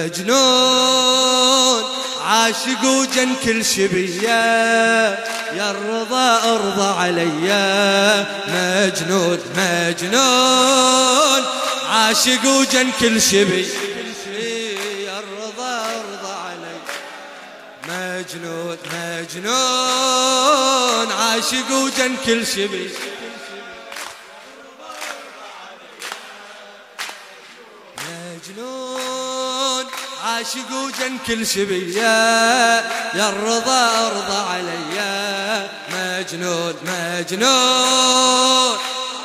مجنون عاشق وجن كل شبيه يا الرضا ارضى عليا مجنون مجنون عاشق وجن كل شبيه يا الرضا ارضى عليا مجنون مجنون عاشق وجن كل شبيه مجنون عاشق وجن كل شبيه يا الرضا ارضى عليا مجنون مجنون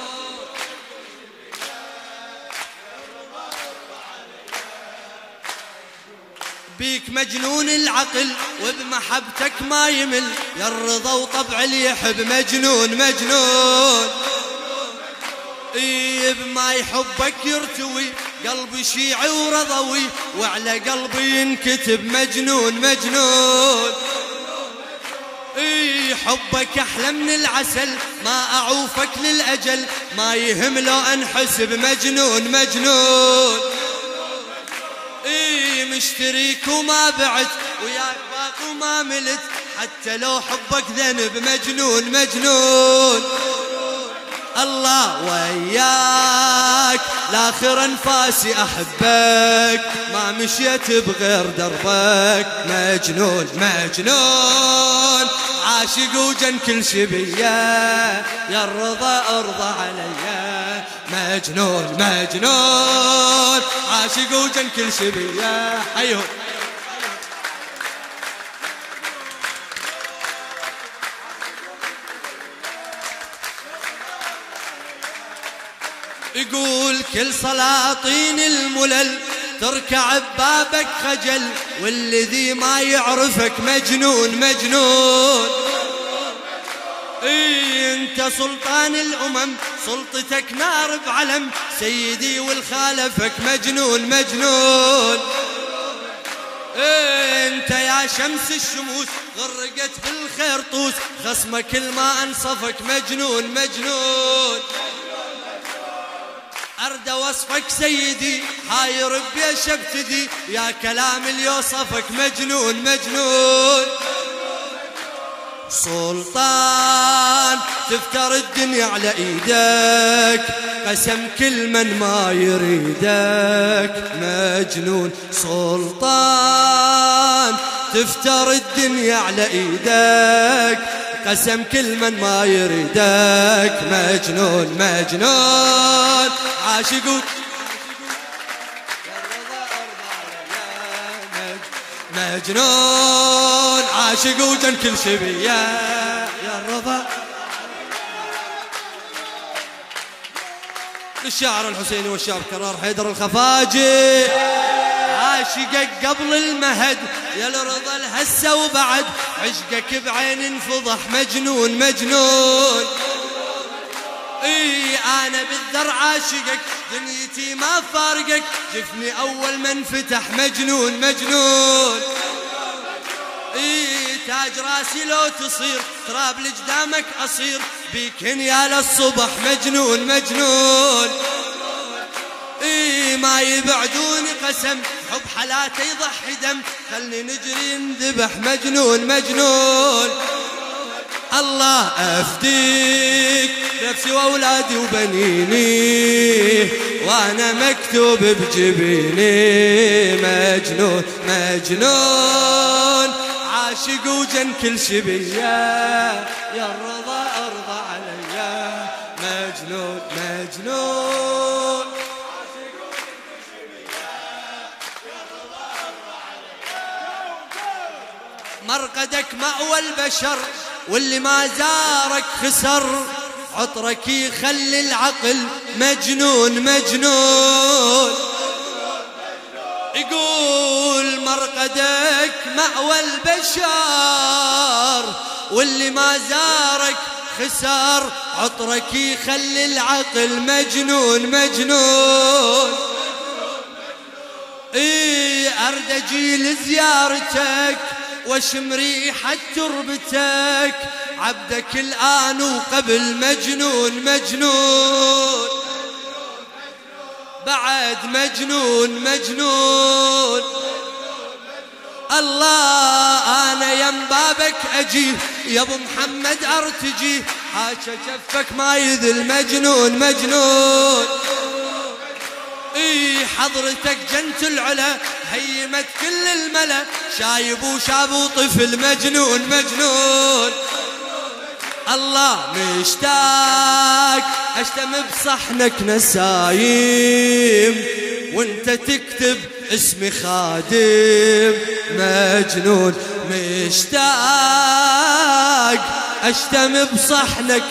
بيك مجنون العقل وبمحبتك ما يمل يا الرضا وطبع اللي يحب مجنون مجنون بما يحبك يرتوي قلبي شيعي ورضوي وعلى قلبي ينكتب مجنون مجنون حبك احلى من العسل ما اعوفك للاجل ما يهم لو انحسب مجنون مجنون مشتريك وما بعت وياك باق وما ملت حتى لو حبك ذنب مجنون مجنون الله وياك لاخر انفاسي احبك ما مشيت بغير دربك مجنون مجنون عاشق وجن كل شبيه يا الرضا ارضى عليا مجنون مجنون عاشق وجن كل شبيه حيهم يقول كل سلاطين الملل تركع ببابك خجل والذي ما يعرفك مجنون مجنون انت سلطان الامم سلطتك نار بعلم سيدي والخالفك مجنون مجنون انت يا شمس الشموس غرقت بالخير طوس خصمك الما انصفك مجنون مجنون أرد وصفك سيدي حاير بيش ابتدي يا كلام اللي يوصفك مجنون مجنون سلطان تفتر الدنيا على ايدك قسم كل من ما يريدك مجنون سلطان تفتر الدنيا على ايدك قسم كل من ما يريدك مجنون مجنون عاشق مجنون عاشق وجن كل شبيه يا الرضا للشاعر الحسيني والشاب كرار حيدر الخفاجي عاشقك قبل المهد يا الرضا الهسه وبعد عشقك بعين انفضح مجنون مجنون انا بالذر عاشقك دنيتي ما فارقك جفني اول ما انفتح مجنون مجنون تاج راسي لو تصير تراب لقدامك اصير بيك يا للصبح مجنون مجنون ما يبعدوني قسم حب حلاته يضحي دم خلني نجري نذبح مجنون مجنون الله أفديك نفسي وأولادي وبنيني وأنا مكتوب بجبيني مجنون مجنون عاشق وجن كل شبيه يا الرضا أرضى عليا مجنون مجنون مرقدك مأوى البشر واللي ما زارك خسر عطرك يخلي العقل مجنون مجنون يقول مرقدك مأوى البشر واللي ما زارك خسر عطرك يخلي العقل مجنون مجنون أرد أجي لزيارتك واشم ريحة تربتك عبدك الآن وقبل مجنون مجنون بعد مجنون مجنون الله أنا يم بابك أجي يا أبو محمد أرتجي حاشا كفك ما يذل مجنون مجنون اي حضرتك جنت العلا هيمت كل الملا شايب وشاب وطفل مجنون مجنون الله مشتاق اشتم بصحنك نسايم وانت تكتب اسمي خادم مجنون مشتاق اشتم بصحنك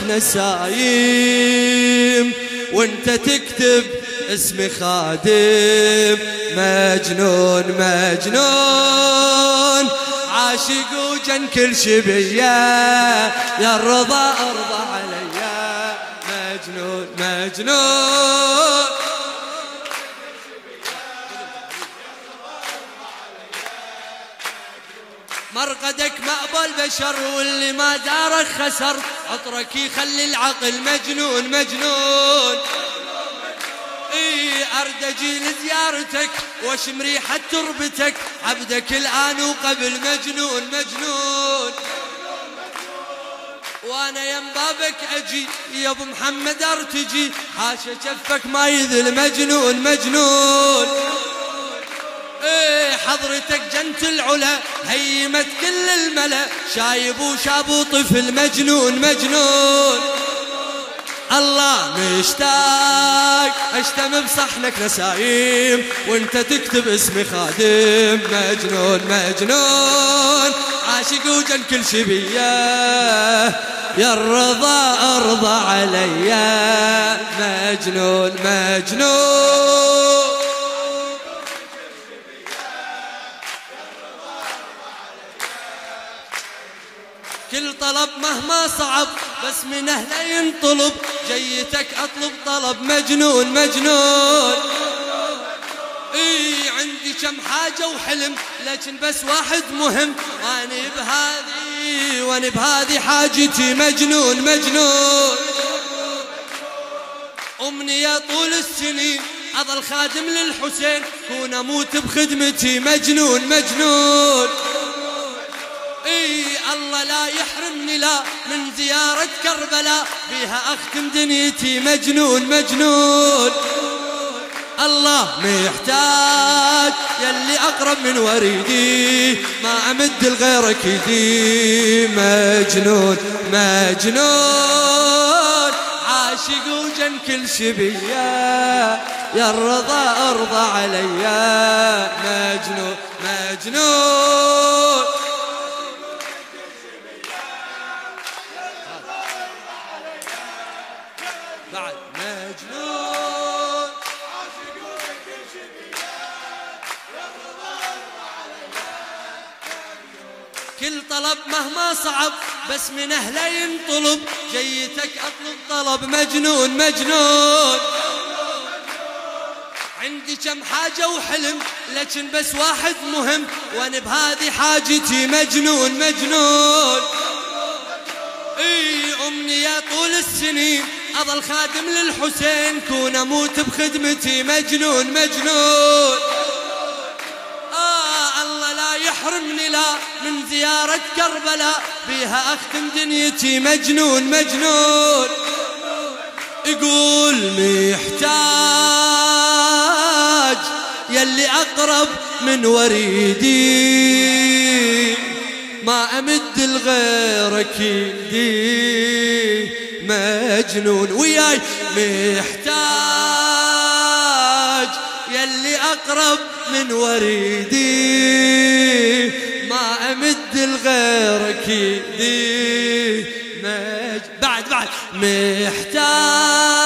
نسايم وانت تكتب اسمي خادم مجنون مجنون عاشق وجن كل شبيه يا الرضا ارضى عليا مجنون مجنون مرقدك مأبى البشر واللي ما دارك خسر عطرك يخلي العقل مجنون مجنون اي اردجي لزيارتك واشم ريحة تربتك عبدك الان وقبل مجنون مجنون وانا يم بابك اجي يا ابو محمد ارتجي حاشا كفك ما يذل مجنون مجنون ايه حضرتك جنت العلا هيمت كل الملا شايب وشاب وطفل مجنون مجنون الله مشتاق اشتم بصحنك نسايم وانت تكتب اسمي خادم مجنون مجنون عاشق وجن كل شبيه يا الرضا ارضى عليا مجنون مجنون كل طلب مهما صعب بس من أهله ينطلب جيتك أطلب طلب مجنون مجنون إي عندي كم حاجة وحلم لكن بس واحد مهم وأنا بهذه حاجتي مجنون مجنون أمنية طول السنين أظل خادم للحسين كون أموت بخدمتي مجنون مجنون اي الله لا يحرمني لا من زيارة كربلاء بيها اختم دنيتي مجنون مجنون الله محتاج يلي اقرب من وريدي ما امد لغيرك يدي مجنون مجنون عاشق وجن كل شبيه يا الرضا ارضى عليا مجنون مجنون بعد مجنون كل طلب مهما صعب بس من أهله ينطلب جيتك أطلب طلب مجنون مجنون عندي كم حاجة وحلم لكن بس واحد مهم وأنا بهذه حاجتي مجنون مجنون اي أمنية طول السنين أظل خادم للحسين كون أموت بخدمتي مجنون مجنون الله لا يحرمني لا من زيارة كربلاء بيها أختم دنيتي مجنون مجنون يقول محتاج يلي أقرب من وريدي ما أمد لغيرك يدي مجنون وياي محتاج يلي أقرب من وريدي ما أمد لغيرك يدي بعد محتاج